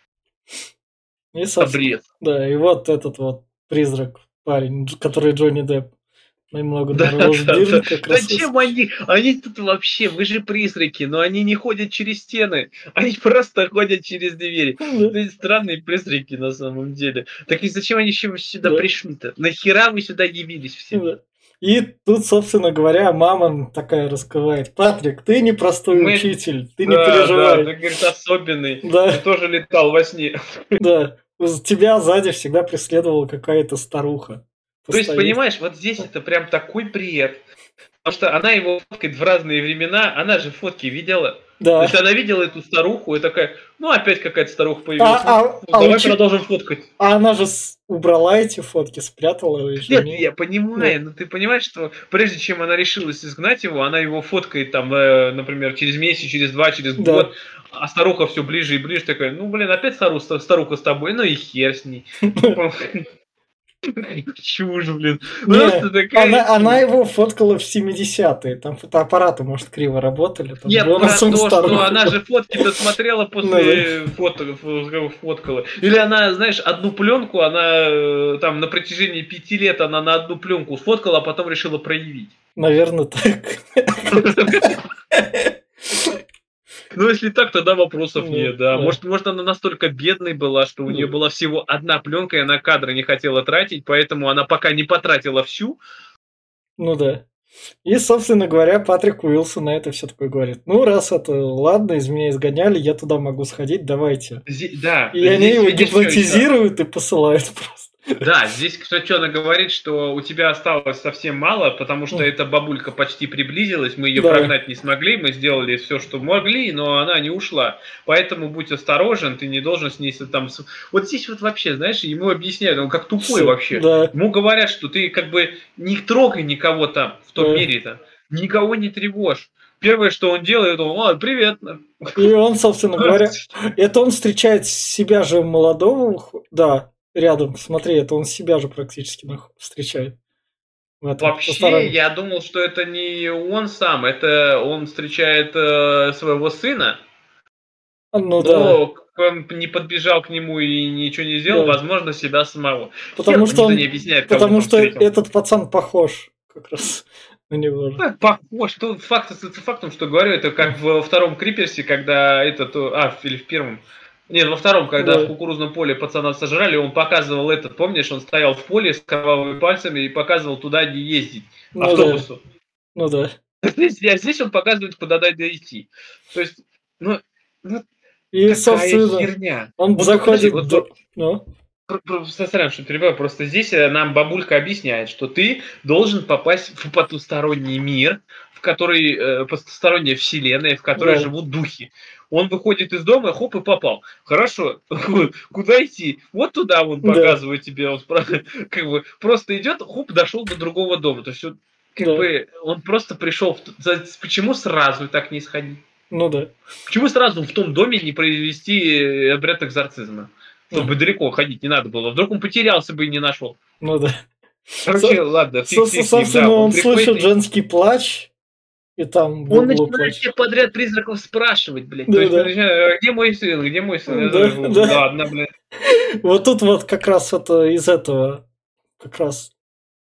И, Это собственно, бред. да, и вот этот вот призрак, парень, Дж- который Джонни Депп немного на Да, да, да. Роуз-Бирн как раз выс- Зачем они? Они тут вообще, вы же призраки, но они не ходят через стены, они просто ходят через двери. Ну Это странные призраки на самом деле. Так и зачем они еще сюда да, да, пришли-то? Нахера вы сюда явились все? ну да. И тут, собственно говоря, мама такая раскрывает: Патрик, ты непростой Мы, учитель, ты не да, да, переживай. ты, говорит, особенный. Да, Ты тоже летал во сне. да. З- Тебя сзади всегда преследовала какая-то старуха. То есть, Постоянно. понимаешь, вот здесь это прям такой бред. Потому что она его фоткает в разные времена, она же фотки видела. То Да. есть она видела эту старуху и такая, ну опять какая-то старуха А, появилась, ну, а, а, давай учи- продолжим фоткать. а она же с- убрала эти фотки, спрятала и Нет, жене. я Да. понимаю, но ты понимаешь, что прежде чем она решилась изгнать его, она его фоткает там, э, например, через месяц, через два, через Да. год, а старуха все ближе и ближе такая, ну блин, опять стару, старуха с тобой, ну и хер с ней. Чушь, блин. Просто Не, такая она, она чушь. его фоткала в семидесятые. Там фотоаппараты, может, криво работали. Там Я про бонусом то, что старуху. она же фотки-то смотрела Ну да. после фото, фо- фоткала. Или она, знаешь, одну пленку, она э, там на протяжении пяти лет она на одну пленку сфоткала, а потом решила проявить. Наверное, так. Ну, если так, тогда вопросов Ну, нет, да. да. Может, может, она настолько бедной была, что у нее Ну, была всего одна пленка, и она кадры не хотела тратить, поэтому она пока не потратила всю. ну да. И, собственно говоря, Патрик Уилсон на это все такое говорит: ну, раз это ладно, из меня изгоняли, я туда могу сходить, давайте. Зи- да, И они здесь его видишь, что еще? гипнотизируют и посылают просто. Да, здесь, кстати, что она говорит, что у тебя осталось совсем мало, потому что эта бабулька почти приблизилась, мы ее Да. прогнать не смогли, мы сделали все, что могли, но она не ушла. Поэтому будь осторожен, ты не должен с ней с- там... с- Вот здесь вот вообще, знаешь, ему объясняют, он как тупой Всё, вообще. да. Ему говорят, что ты как бы не трогай никого там, в том Да. мире-то, никого не тревожь. Первое, что он делает, он, о, привет. И он, собственно говоря, это он встречает себя же молодого, х- да, рядом. Смотри, это он себя же практически нах- встречает. В этом Вообще, постороннем. я думал, что это не он сам, это он встречает э, своего сына, Ну да, но он не подбежал к нему и ничего не сделал, да. возможно, себя самого. Потому Хер, что никто он, не объясняет, кого потому он что встретил. этот пацан похож как раз на него же. Ну, похож, то факт остается фактом, что говорю, это как во втором Криперсе, когда этот, а, или в первом, нет, во втором, когда Да. в кукурузном поле пацана сожрали, он показывал этот, помнишь, он стоял в поле с кровавыми пальцами и показывал туда, где ездить, Ну да, автобусу. ну да. Здесь, а здесь он показывает, куда надо идти. То есть, ну, ну И, такая собственно, херня. он Вот, вот подожди, заходит... вот, до- вот, Ну, про- про- сорян, что перебиваю, просто здесь э, нам бабулька объясняет, что ты должен попасть в потусторонний мир, в который, э, потусторонняя вселенная, в которой да, живут духи. Он выходит из дома, хоп, и попал. Хорошо, куда идти? Вот туда он да, показывает тебе, он спра- как бы просто идет, хоп, дошел до другого дома. То есть, вот, как да, бы, он просто пришел. В... т- за- Почему сразу так не сходить? ну да. Почему сразу в том доме не произвести э, обряд экзорцизма? Чтобы Мгм. далеко ходить не надо было. Вдруг он потерялся бы и не нашел. Ну да. Короче, Со- ладно, со- фиг, фиг с ним, Собственно, да. Он он приходит слышит и... женский плач, и там в Он углу начинает плач. всех подряд призраков спрашивать, блядь. То Да, есть, он да, начинает, «А где мой сын, где мой сын? Я да, говорю, да. ладно, блядь. Вот тут вот как раз это из этого, как раз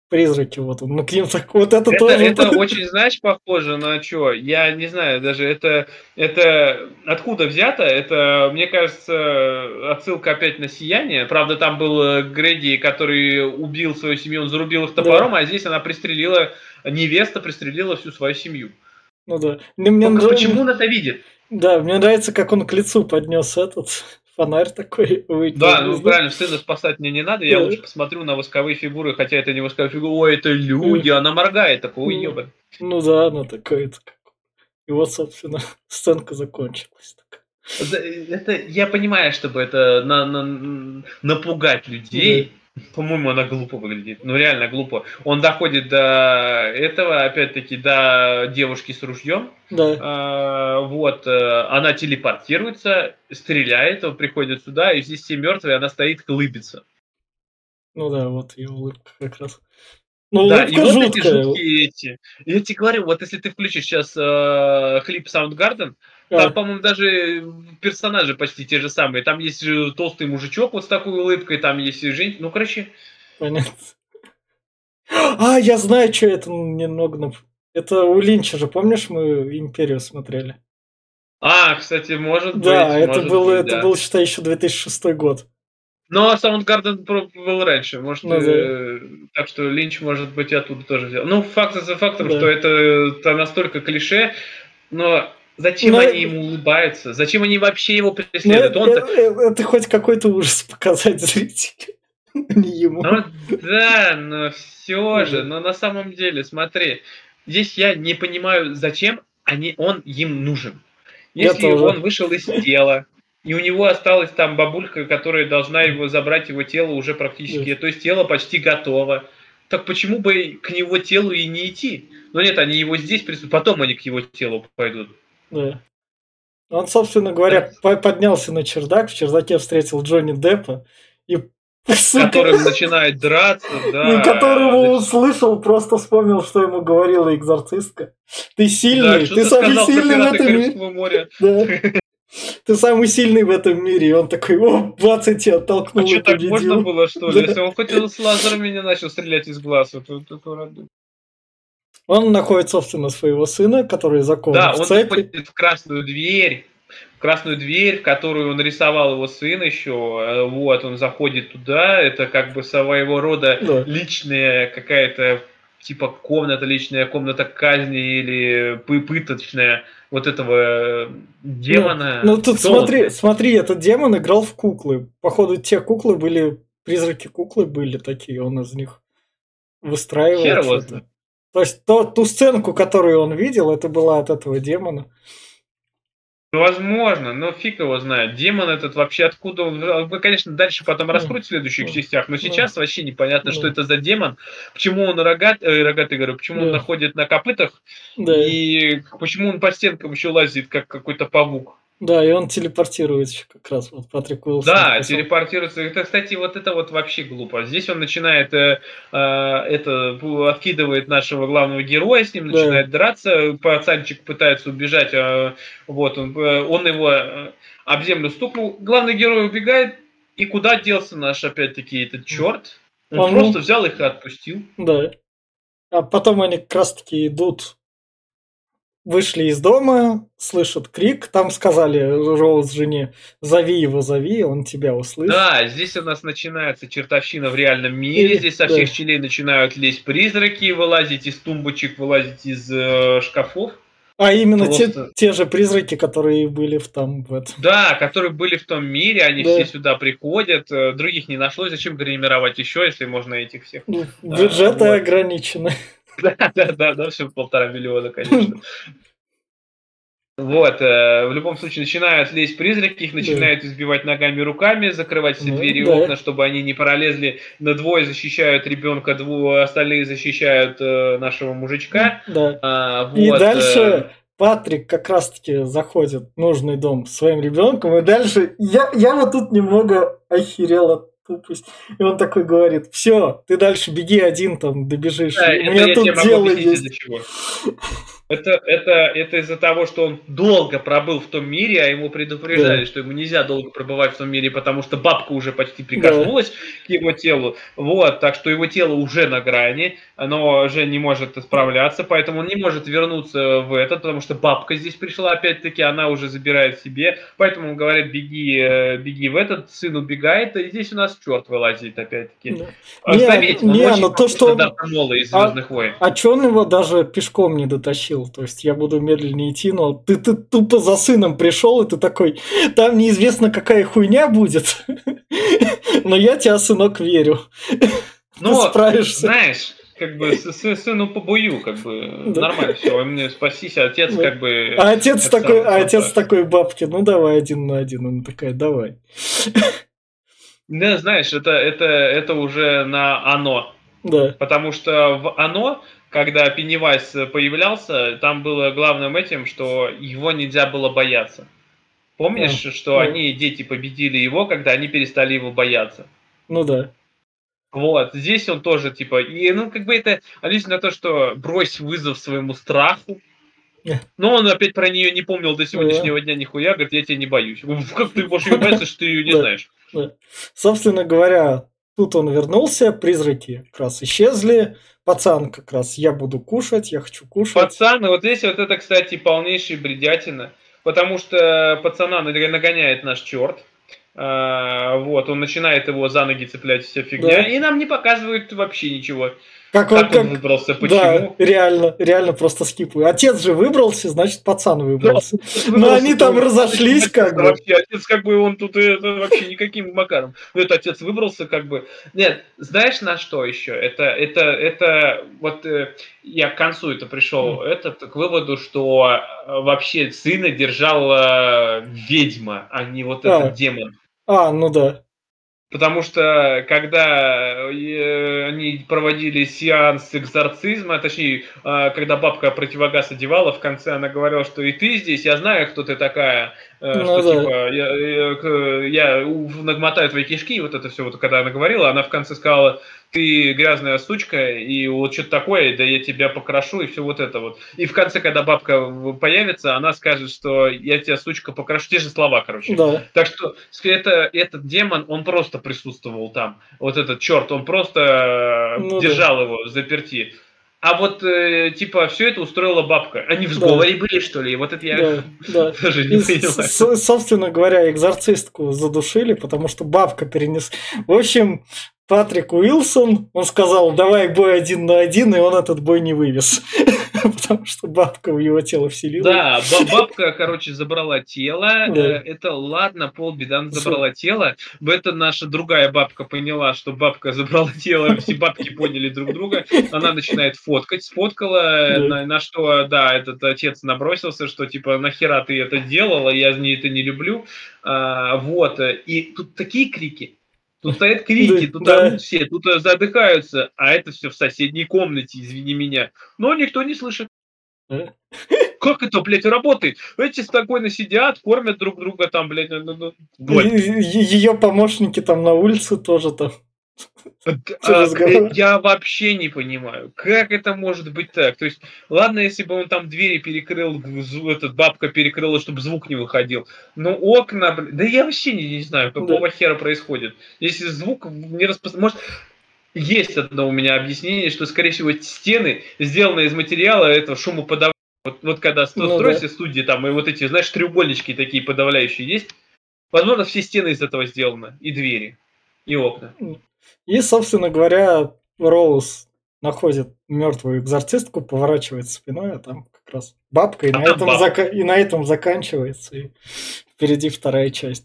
призраки, вот он, ну к ним так, вот это, Это, тоже... это очень, знаешь, похоже на что? Я не знаю, даже это, это откуда взято? Это, мне кажется, отсылка опять на «Сияние». Правда, там был э, Грэди, который убил свою семью, он зарубил их топором, Да, а здесь она пристрелила, невеста пристрелила всю свою семью. ну да. Мне, мне Только нрав- почему он это видит? Да, мне нравится, как он к лицу поднес этот фонарь такой, выкинул Да, ну звезду. правильно, сына спасать мне не надо, я Да. лучше посмотрю на восковые фигуры, хотя это не восковые фигуры, ой, это люди, М. она моргает, такой, ой, Ну, ёбан. ну да, она такая, это как- и вот, собственно, сценка закончилась. Так. Да, это, я понимаю, чтобы это на- на- напугать Да, людей. По-моему, она глупо выглядит. Ну, реально глупо. Он доходит до этого, опять-таки, до девушки с ружьем. да, А, вот, э, она телепортируется, стреляет, он приходит сюда, и здесь все мертвые, она стоит, улыбится. ну да, вот ее улыбка как раз. Ну, Да, и улыбка вот эти жуткая. жуткие эти. Я тебе говорю, вот если ты включишь сейчас э, клип Soundgarden, там, А, по-моему, даже персонажи почти те же самые. Там есть же толстый мужичок вот с такой улыбкой, там есть и женщина. Ну, короче, понятно. А, я знаю, что это немного... нап- Это у Линча же, помнишь, мы «Империю» смотрели? а, кстати, может Да, быть, это может был, быть, это да. был, считай, еще две тысячи шестой год. Но Soundgarden про- был раньше, может, Ну да, э, так что Линч, может быть, и оттуда тоже взял. Ну, факт за фактом, что да. это, это настолько клише, но зачем Но, они ему улыбаются? Зачем они вообще его но преследуют? это, Он-то это- это хоть какой-то ужас показать зрителю, а не ему. Ну да, но все Ну же, да. но на самом деле, смотри, здесь я не понимаю, зачем они, он им нужен. Я Если он тоже. вышел из тела, и у него осталась там бабулька, которая должна его забрать, его тело уже Да, практически, то есть тело почти готово, так почему бы к его телу и не идти? Но нет, они его здесь присутствуют, потом они к его телу пойдут. да. Он, собственно говоря, по- поднялся на чердак, в чердаке встретил Джонни Деппа и, С сука, которым начинает драться, и да. которого нач- услышал, просто вспомнил, что ему говорила экзорцистка. Ты Да, сильный, что ты ты самый сказал про сильный в пираты этом мире. Карибского моря? Да. Ты самый сильный в этом мире. И он такой, о, двадцать тебя А оттолкнул и что, так можно победил. было, что ли? Да. Если он хоть с лазерами не начал стрелять из глаз, вот, вот это рады. Он находит, собственно, своего сына, который закован Да, в он цепи. заходит в красную дверь, в красную дверь, в которую он рисовал его сын еще. э, Вот, он заходит туда, это как бы своего рода Да. личная какая-то типа комната, личная комната казни или пы- пыточная вот этого э, Ну, демона. ну тут Кто он? смотри, смотри, этот демон играл в куклы. Походу, те куклы были, призраки куклы были такие, он из них выстраивал Хер его что-то. знает. То есть то, ту сценку, которую он видел, это была от этого демона. Ну, возможно, но фиг его знает. Демон этот вообще откуда он... Вы, конечно, дальше потом Ну, раскрутят в следующих ну, частях, но ну, сейчас вообще непонятно, что ну, это за демон, почему он рогат, э, рогатый, говорю, почему он да, находит на копытах, да, и почему он по стенкам еще лазит, как какой-то павук. да, и он телепортируется как раз, вот Патрик Уилсон. Да, способ- телепортируется. Это, кстати, вот это вот вообще глупо. Здесь он начинает, э, э, это, бу- откидывает нашего главного героя, с ним Да. начинает драться, пацанчик пытается убежать, а, вот, он, э, он его э, об землю стукнул, главный герой убегает, и куда делся наш, опять-таки, этот черт? Он, Он- просто взял их и отпустил. Да. А потом они как раз-таки идут, вышли из дома, слышат крик, там сказали Роуз жене, зови его, зови, он тебя услышит. Да, здесь у нас начинается чертовщина в реальном мире. И- Здесь со да. всех щелей начинают лезть призраки, вылазить из тумбочек, вылазить из э, шкафов. А именно те, Просто- те же призраки, которые были в там в этом. Да, которые были в том мире, они Да. все сюда приходят. э, Других не нашлось. Зачем гримировать еще, если можно этих всех? Ну, бюджеты вот. ограничены. Да, да, да, да, все полтора миллиона, конечно. Вот, э, в любом случае начинают лезть призраки, их начинают избивать ногами, руками, закрывать все Ну, двери и да. окна, чтобы они не пролезли. На двое защищают ребенка, двое остальные защищают э, нашего мужичка. Да. А, И вот, дальше э, Патрик как раз-таки заходит в нужный дом с своим ребенком, и дальше я, я вот тут немного охерел от тупость. И он такой говорит, все, ты дальше беги один, там, добежишь. Да, У это меня я тут тебе могу дело объяснить, есть. из-за чего. Это, это, это из-за того, что он долго пробыл в том мире, а ему предупреждали, Да, что ему нельзя долго пробывать в том мире, потому что бабка уже почти да, прикоснулась к его телу. Вот, так что его тело уже на грани, оно уже не может справляться, поэтому он не может вернуться в этот, потому что бабка здесь пришла, опять-таки, она уже забирает себе, поэтому он говорит, беги, э, беги в этот, сын убегает, и здесь у нас черт вылазит, опять-таки. да. А Не, заметь, он не, очень но то, похож что на он... Дарта Мола из А, «Звездных войн». а чё он его даже пешком не дотащил? То есть я буду медленнее идти, но ты, ты тупо за сыном пришел, и ты такой, там неизвестно какая хуйня будет, но я тебя, сынок, верю. Ты Но, справишься. знаешь, как бы с- с- сыну побою, как бы Да. нормально все, мне спасись, а отец Да. как бы А отец это такой, самое, а отец красавчик. такой бабки, ну давай один на один. Она такая, давай. Да, знаешь, это, это, это уже на оно. Да. Потому что в оно, когда Пеннивайз появлялся, там было главным этим, что его нельзя было бояться. Помнишь, А, что ну, они, дети, победили его, когда они перестали его бояться? ну да. Вот, здесь он тоже, типа, и, ну, как бы это аллюзия на то, что брось вызов своему страху. Но он опять про нее не помнил до Да. сегодняшнего дня нихуя, говорит, я тебя не боюсь. Как ты можешь ее бояться, что ты ее не Да. знаешь? Да. Собственно говоря, тут он вернулся, призраки как раз исчезли. Пацан как раз, я буду кушать, я хочу кушать. Пацан, и вот здесь вот это, кстати, полнейшая бредятина, потому что пацана нагоняет наш черт. А, вот, он начинает его за ноги цеплять, вся фигня, Да. и нам не показывают вообще ничего. Как Как он, он как... выбрался, Да, почему. реально, реально просто скипаю. Отец же выбрался, значит, пацан Да, выбрался. отец Но выбрался, они то там он разошлись, отец как бы. вообще, отец как бы он тут это, вообще никаким макаром. Ну, это отец выбрался как бы. Нет, знаешь на что еще? Это, это, это вот э, я к концу это пришел этот, к выводу, что э, вообще сына держала ведьма, а не вот этот А, демон. а, ну да. Потому что когда э, они проводили сеанс экзорцизма, точнее, э, когда бабка противогаз одевала, в конце она говорила, что и ты здесь, я знаю, кто ты такая, э, Ну что да. типа я, я, я нагмотаю твои кишки, вот это все, вот когда она говорила, она в конце сказала, ты грязная сучка, и вот что-то такое, да я тебя покрашу, и все вот это вот. И в конце, когда бабка появится, она скажет, что я тебя, сучка, покрашу, те же слова, короче. Да. Так что это, этот демон, он просто присутствовал там. Вот этот черт, он просто Ну держал да. его в заперти. А вот, э, типа, все это устроила бабка. Они в Да. сговоре были, что ли? Вот это я Да, да. даже И, не с- понимаю. с- собственно говоря, экзорцистку задушили, потому что бабка перенес... В общем, Патрик Уилсон, он сказал, давай бой один на один, и он этот бой не вывез. Потому что бабка в его тело вселилась. Да, ба- бабка, короче, забрала тело. Э, Да. Это ладно, полбеды, она С- забрала тело. Это наша другая бабка поняла, что бабка забрала тело, все бабки поняли друг друга. Она начинает фоткать, сфоткала, Да. на, на что, да, этот отец набросился, что типа нахера ты это делала, я не, это не люблю. А, вот, и тут такие крики. Тут стоят крики, Да, тут да. орут все, тут э, задыхаются, а это все в соседней комнате, извини меня. Но никто не слышит. Да. Как это, блядь, работает? Эти спокойно сидят, кормят друг друга там, блядь, ну, ну, ну, вот. Ее помощники там на улице тоже там. А, разговор. Я вообще не понимаю, как это может быть так? То есть, ладно, если бы он там двери перекрыл, зв- этот бабка перекрыла, чтобы звук не выходил. Но окна, блядь, да я вообще не, не знаю, какого Да. хера происходит. Если звук не распознает, может, есть одно у меня объяснение, что, скорее всего, эти стены сделаны из материала этого шумоподавления. Вот, вот когда сто- Ну строите да. студии, там, и вот эти, знаешь, треугольнички такие подавляющие есть, возможно, все стены из этого сделаны, и двери, и окна. И, собственно говоря, Роуз находит мертвую экзорцистку, поворачивает спиной, а там как раз бабка, и, А на, там этом бабка. зака- и на этом заканчивается. И впереди вторая часть.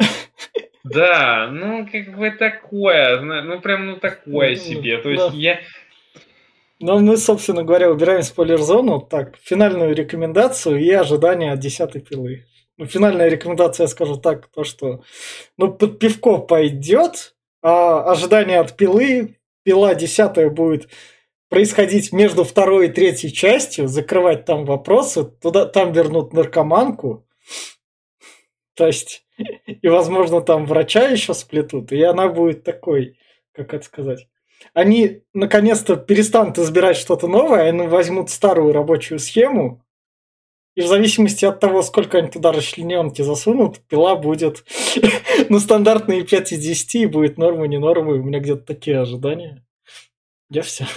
Да, ну, как бы такое, зна- ну, прям, ну, такое Ну, себе. То да. есть я... Но мы, собственно говоря, убираем спойлер-зону. Так, финальную рекомендацию и ожидания от десятой пилы. Ну, финальная рекомендация, я скажу так, то что ну, под пивко пойдет, а ожидание от пилы, пила десятая будет происходить между второй и третьей частью, закрывать там вопросы, туда, там вернут наркоманку. То есть И, возможно, там врача еще сплетут, и она будет такой, как это сказать. Они наконец-то перестанут избирать что-то новое, они возьмут старую рабочую схему, и в зависимости от того, сколько они туда расчлененки засунут, пила будет ну, стандартные пять из десяти, и будет нормы, не нормы. У меня где-то такие ожидания. Я все.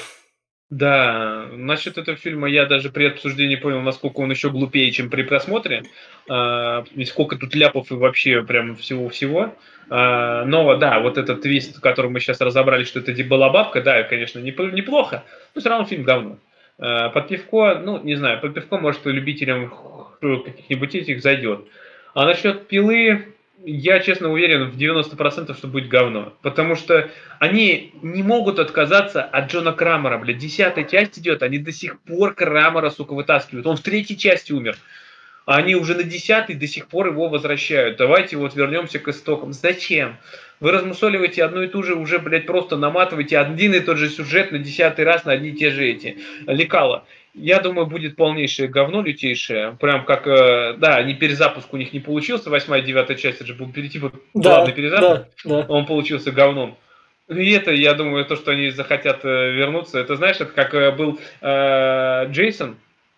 Да, насчет этого фильма я даже при обсуждении понял, насколько он еще глупее, чем при просмотре. А, и сколько тут ляпов и вообще прям всего-всего. А, но да, вот этот твист, который мы сейчас разобрали, что это была бабка, да, конечно, неплохо, но все равно фильм говно. А, под пивко, ну, не знаю, под пивко, может, любителям каких-нибудь этих зайдет. А насчет пилы, я честно уверен в девяносто процентов, что будет говно. Потому что они не могут отказаться от Джона Крамера, блядь. Десятая часть идет, они до сих пор Крамера, сука, вытаскивают. Он в третьей части умер. А они уже на десятой до сих пор его возвращают. Давайте вот вернемся к истокам. Зачем? Вы размусоливаете одну и ту же, уже, блядь, просто наматываете один и тот же сюжет на десятый раз на одни и те же эти лекала. Я думаю, будет полнейшее говно лютейшее. Прям как, э, да, не перезапуск у них не получился, восьмая и девятая часть, это же был типа главный Да, перезапуск, да, да. он получился говном. И это, я думаю, то, что они захотят э, вернуться, это, знаешь, это как э, был э, Джейсон,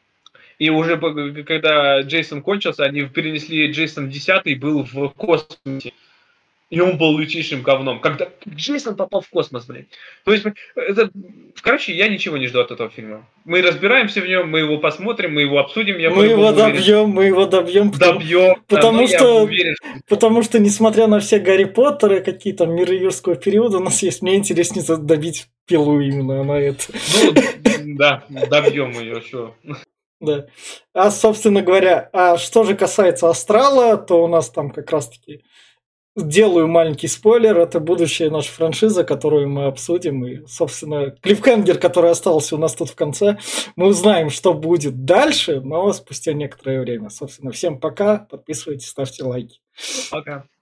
и уже когда Джейсон кончился, они перенесли Джейсон десятый, был в космосе. И он был лютейшим говном. Когда Джейсон попал в космос, блядь. То есть, это... короче, я ничего не жду от этого фильма. Мы разбираемся в нем, мы его посмотрим, мы его обсудим. Я мы его добьем, мы его добьем. Добьем. Потому, да, что, уверен, что... потому что, несмотря на все Гарри Поттеры, какие-то миры юрского периода, у нас есть, мне интереснее добить пилу именно на это. Ну, да, добьем ее, что. Да. А, собственно говоря, а что же касается Астрала, то у нас там как раз-таки... Делаю маленький спойлер, это будущая наша франшиза, которую мы обсудим. И, собственно, клиффхенгер, который остался у нас тут в конце, мы узнаем, что будет дальше, но спустя некоторое время. Собственно, всем пока, подписывайтесь, ставьте лайки. Пока.